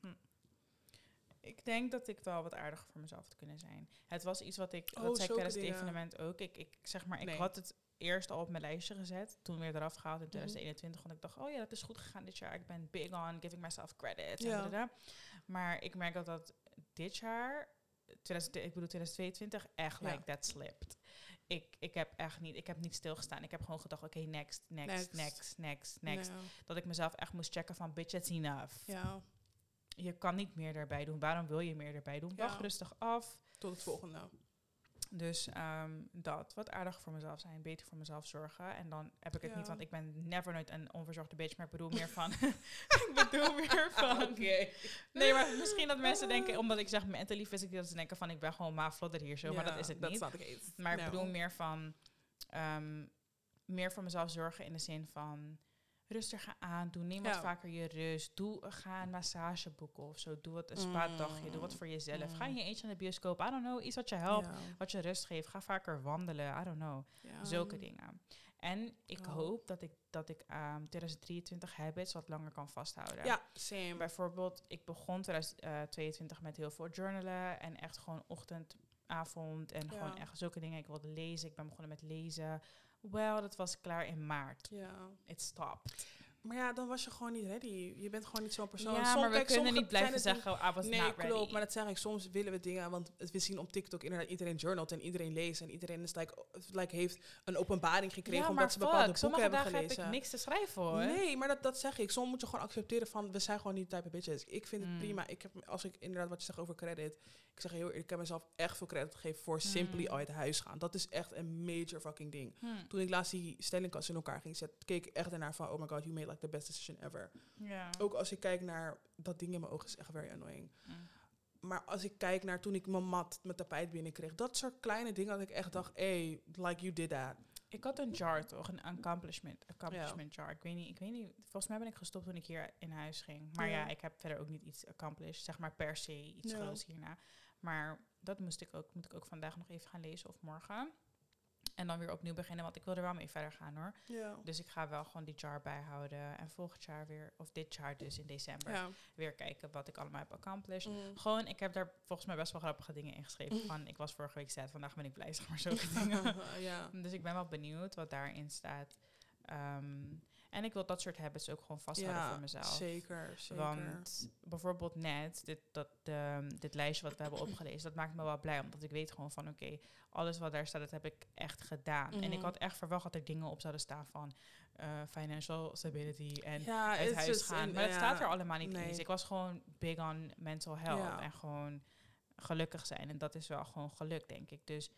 Ik denk dat ik wel wat aardiger voor mezelf te kunnen zijn. Het was iets wat ik, Oh, dat zei ik zulke tijdens het dingen. evenement ook. Ik zeg maar, ik Nee. had het eerst al op mijn lijstje gezet. Toen weer eraf gehaald in Mhm. 2021. Want ik dacht, oh ja, dat is goed gegaan dit jaar. Ik ben big on giving myself credit. Ja. En maar ik merk dat dit jaar 2022 echt Ja. like that slipped. Ik heb niet stilgestaan. Ik heb gewoon gedacht, oké, next. Ja. Dat ik mezelf echt moest checken van, bitch, it's enough. Ja, Je kan niet meer erbij doen. Waarom wil je meer erbij doen? Ja. Wacht rustig af. tot het volgende. Dus dat, wat aardig voor mezelf zijn, beter voor mezelf zorgen. En dan heb ik het Ja. niet, want ik ben never nooit een onverzorgde bitch, maar ik bedoel meer van... ik bedoel meer van... Oké. Nee, maar misschien dat mensen denken, omdat ik zeg mentally physical, dat ze denken van, ik ben gewoon maaflodder hier zo, maar dat is het niet. Dat is not the case. Maar ik No. bedoel meer van, meer voor mezelf zorgen in de zin van... rustiger aan, doe neem wat Ja. vaker je rust. Ga een massage boeken of zo. Doe wat een spa-dagje. Doe wat voor jezelf. Ga in je eentje naar de bioscoop. I don't know. Iets wat je helpt. Ja. Wat je rust geeft. Ga vaker wandelen. I don't know. Ja. Zulke dingen. En ik Oh. hoop dat ik 2023 habits wat langer kan vasthouden. Ja, same. Bijvoorbeeld, ik begon 2022 met heel veel journalen. En echt gewoon ochtend, avond. En Ja. gewoon echt zulke dingen. Ik wilde lezen. Ik ben begonnen met lezen. Wel, dat was klaar in maart. Ja. It stopped. Maar ja, dan was je gewoon niet ready. Je bent gewoon niet zo'n persoon. Ja, Soms- maar we kijk, kunnen sommige niet blijven kleine dingen- zeggen, I was Nee, not ready. klopt. Maar dat zeg ik. Soms willen we dingen, want we zien op TikTok inderdaad iedereen journalt en iedereen leest. En iedereen is like heeft een openbaring gekregen ja, omdat maar ze bepaalde boeken sommige hebben dagen gelezen. heb ik niks te schrijven hoor. Nee, maar dat zeg ik. Soms moet je gewoon accepteren van, we zijn gewoon niet type of bitches. Ik vind het Mm. prima. Als ik inderdaad wat je zegt over credit. Ik zeg heel eerlijk, ik heb mezelf echt veel credit gegeven voor simply uit huis gaan. Dat is echt een major fucking ding. Toen ik laatst die stellingkast in elkaar ging zetten, keek ik echt ernaar van, oh my god, you made like the best decision ever. Ja. Ook als ik kijk naar, dat ding in mijn ogen is echt very annoying. Maar als ik kijk naar toen ik mijn mat, mijn tapijt binnenkreeg, dat soort kleine dingen dat ik echt dacht, hey, like you did that. Ik had een jar toch, een accomplishment jar. Ik weet niet, volgens mij ben ik gestopt toen ik hier in huis ging. Maar ja, ik heb verder ook niet iets accomplished, zeg maar per se iets groots hierna. Maar dat moet ik ook vandaag nog even gaan lezen of morgen. En dan weer opnieuw beginnen, want ik wil er wel mee verder gaan hoor. Ja. Dus ik ga wel gewoon die jar bijhouden. En volgend jaar weer, of dit jaar dus in december, Ja. weer kijken wat ik allemaal heb accomplished. Mm. Gewoon, ik heb daar volgens mij best wel grappige dingen in geschreven. Van, ik was vorige week sad, vandaag ben ik blij, zeg maar, zulke dingen. Ja. Dus ik ben wel benieuwd wat daarin staat. En ik wil dat soort habits ook gewoon vasthouden voor mezelf. Zeker. Want bijvoorbeeld net, dit lijstje wat we hebben opgelezen, dat maakt me wel blij. Omdat ik weet gewoon van, oké, alles wat daar staat, dat heb ik echt gedaan. En ik had echt verwacht dat er dingen op zouden staan van financial stability en uit huis gaan. Maar dat staat er allemaal niet eens. Ik was gewoon big on mental health en gewoon gelukkig zijn. En dat is wel gewoon geluk, denk ik. Dus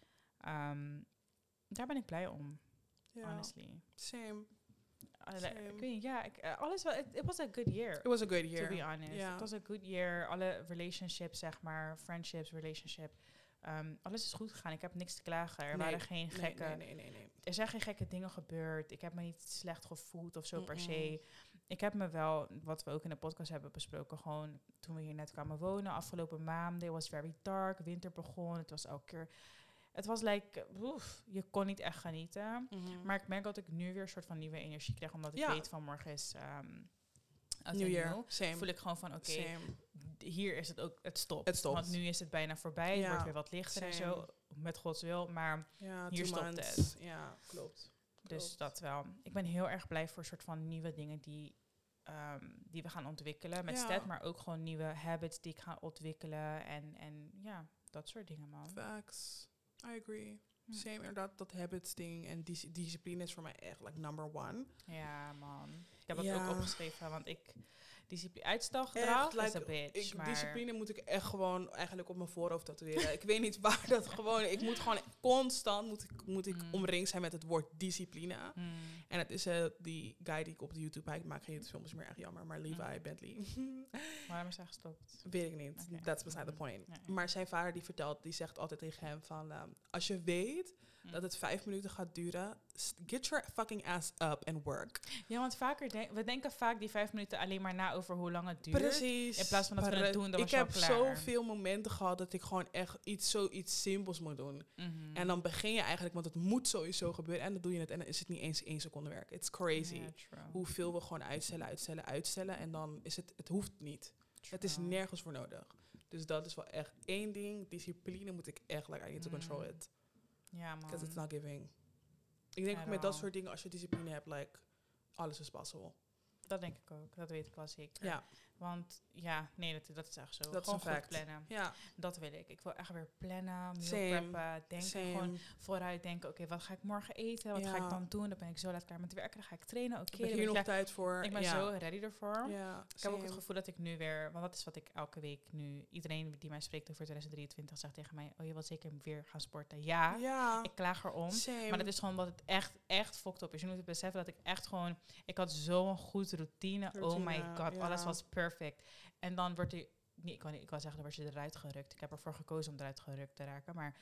daar ben ik blij om, honestly. Same. Ik weet niet, alles wel. It was a good year. It was a good year. To be honest. Yeah. It was a good year. Alle relationships, zeg maar, friendships, relationship. Alles is goed gegaan. Ik heb niks te klagen. Er waren geen gekke... Nee. Er zijn geen gekke dingen gebeurd. Ik heb me niet slecht gevoeld of zo per se. Ik heb me wel, wat we ook in de podcast hebben besproken, gewoon toen we hier net kwamen wonen, afgelopen maanden, it was very dark, winter begon, het was elke keer... Het was like, je kon niet echt genieten. Maar ik merk dat ik nu weer een soort van nieuwe energie krijg, omdat ik weet van morgen is New Year. Same. Voel ik gewoon van, oké, hier is het ook, het stopt. Want nu is het bijna voorbij, het wordt weer wat lichter en zo, met Gods wil, maar hier stopt het. Ja, klopt. Dus dat wel. Ik ben heel erg blij voor een soort van nieuwe dingen die we gaan ontwikkelen met Sted, maar ook gewoon nieuwe habits die ik ga ontwikkelen en ja, dat soort dingen, man. Facts. I agree. Same, inderdaad, dat habits ding en discipline is voor mij echt like number one. Ja, man. Ik heb dat ook opgeschreven, want uitstelgedrag is een bitch. Maar discipline moet ik echt gewoon eigenlijk op mijn voorhoofd tatoeëren. Ik weet niet waar dat gewoon... Ik moet gewoon constant moet ik omringd zijn met het woord discipline. En het is die guy die ik op de YouTube... Ik maak geen YouTube-films meer, echt jammer. Maar Levi Bentley. Waarom is hij gestopt? Weet ik niet. Okay. That's beside the point. Nee. Maar zijn vader die zegt altijd tegen hem van... als je weet dat het 5 minuten gaat duren... Get your fucking ass up and work. Ja, want we denken vaak die 5 minuten alleen maar na over hoe lang het duurt. Precies. In plaats van dat we het doen, dan was ik heb klaar. zoveel momenten gehad dat ik gewoon echt zoiets simpels moet doen. En dan begin je eigenlijk, want het moet sowieso gebeuren. En dan doe je het en dan is het niet eens 1 seconde werk. It's crazy. Yeah, hoeveel we gewoon uitstellen. En dan is het hoeft niet. True. Het is nergens voor nodig. Dus dat is wel echt 1 ding. Discipline moet ik echt, like, I need to control it. Ja, man. Because it's not giving. Ik denk ook met dat soort dingen, als je discipline hebt, like, alles is possible. Dat denk ik ook. Dat weet ik wel zeker. Ja. Want ja, nee, dat is echt zo. Dat Gewoon is een goed fact. plannen. Ja. Dat wil ik. Ik wil echt weer plannen, meal Same. preppen, denken. Gewoon vooruit denken, oké, wat ga ik morgen eten? Wat ga ik dan doen? Dan ben ik zo laat klaar met werken. Dan ga ik trainen. Oké, Heb je hier nog tijd voor? Ik ben zo ready ervoor. Ja, ik heb ook het gevoel dat ik nu weer... Want dat is wat ik elke week nu... Iedereen die mij spreekt over 2023 zegt tegen mij... Oh, je wilt zeker weer gaan sporten. Ja. Ik klaag erom. Same. Maar dat is gewoon wat het echt fucked up is. Je moet het beseffen dat ik echt gewoon... Ik had zo'n goed routine. Oh my god, alles was perfect. En dan wordt er... Nee, ik wil zeggen, dan word je eruit gerukt. Ik heb ervoor gekozen om eruit gerukt te raken. Maar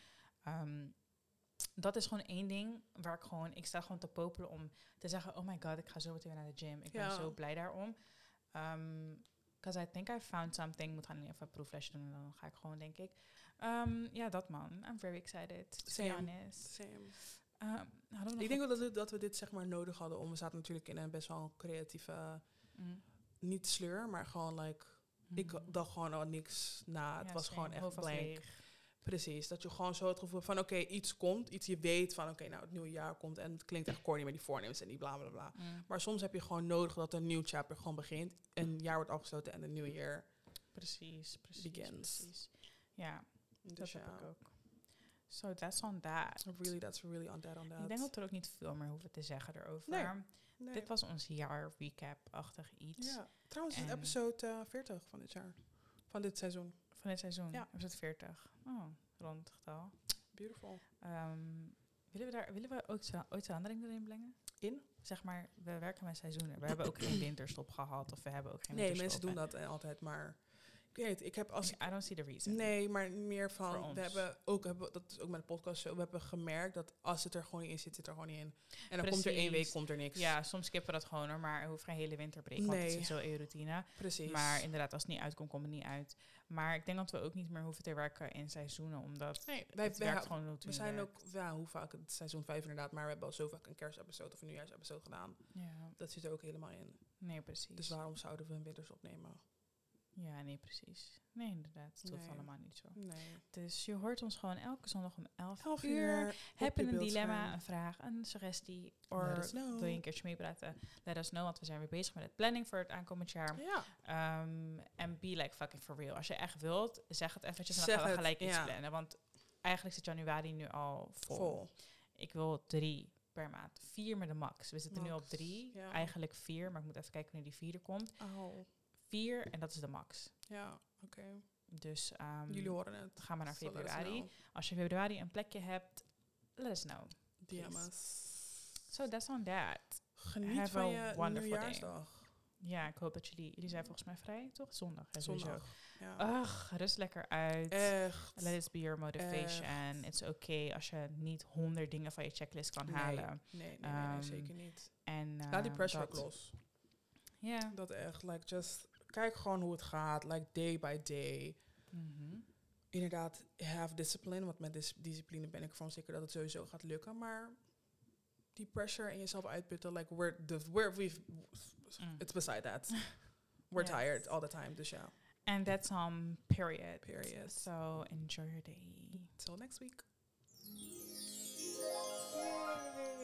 dat is gewoon één ding waar ik sta gewoon te popelen om te zeggen... Oh my god, ik ga zo meteen weer naar de gym. Ik ben zo blij daarom. Because I think I found something. Ik moet gaan even een proeflesje doen en dan ga ik gewoon, denk ik. Ja, dat man. I'm very excited, to be honest. Same. Ik denk dat we dit zeg maar nodig hadden. We zaten natuurlijk in een best wel creatieve... Niet sleur, maar gewoon like... Ik dacht gewoon al niks na. Het was gewoon echt blank. Precies. Dat je gewoon zo het gevoel van oké, iets komt. Iets je weet van oké, nou het nieuwe jaar komt. En het klinkt echt corny met die voornemens en die bla bla bla. Maar soms heb je gewoon nodig dat een nieuw chapter gewoon begint. Een jaar wordt afgesloten en een nieuw jaar begins. Precies. Ja, dus dat heb ik ook. So that's on that. That's really on that. Ik denk dat we er ook niet veel meer hoeven te zeggen erover. Nee. Dit was ons jaar recap-achtig iets. Ja. Trouwens, het is episode 40 van dit jaar. Van dit seizoen. Ja, episode 40. Oh, rond getal. Beautiful. Willen we ooit verandering erin brengen? In? Zeg maar, we werken met seizoenen. We hebben ook geen winterstop gehad. Of we hebben ook geen winterstop. Mensen doen dat altijd, maar... Ik weet het, ik heb als... I don't see the reason. Nee, maar meer van... We hebben ook, dat is ook met de podcast zo, we hebben gemerkt dat als het er gewoon niet in zit, zit er gewoon niet in. En dan komt er 1 week, komt er niks. Ja, soms skippen we dat gewoon hoor, maar er hoeft geen hele winterbreak, want het is zo een routine. Precies. Maar inderdaad, als het niet uitkomt, komt het niet uit. Maar ik denk dat we ook niet meer hoeven te werken in seizoenen, omdat het werkt gewoon routine. We zijn ook, hoe vaak, het seizoen 5 inderdaad, maar we hebben al zo vaak een kerstepisode of een nieuwjaarsepisode gedaan. Ja. Dat zit er ook helemaal in. Nee, precies. Dus waarom zouden we een winters opnemen? Ja, nee, precies. Nee, inderdaad. Het hoeft allemaal niet zo. Nee. Dus je hoort ons gewoon elke zondag om 11 uur. Heb je een dilemma, een vraag, een suggestie? Of wil je een keertje meepraten? Let us know, want we zijn weer bezig met het planning voor het aankomend jaar. Ja. En be like fucking for real. Als je echt wilt, zeg het eventjes en dan gaan we gelijk iets plannen. Want eigenlijk zit januari nu al vol. Ik wil 3 per maand. 4 met de max. We zitten nu op 3. Ja. Eigenlijk 4, maar ik moet even kijken wanneer die 4 komt. 4 en dat is de max. Ja, oké. Dus jullie horen het. Ga maar naar februari. Als je februari een plekje hebt, let us know. DM us. So that's on that. Geniet van je nieuwjaarsdag. Ja, ik hoop dat jullie zijn volgens mij vrij, toch? Zondag. Ja. Ach, rust lekker uit. Echt. Let it be your motivation. It's okay als je niet 100 dingen van je checklist kan halen. Nee, zeker niet. En laat die pressure ook los. Ja. Yeah. Dat echt, just kijk gewoon hoe het gaat, day by day. Inderdaad, have discipline, want met discipline ben ik van zeker dat het sowieso gaat lukken, maar die pressure in jezelf uitputten, it's beside that. We're tired all the time, dus ja. And that's period. So enjoy your day. Till next week.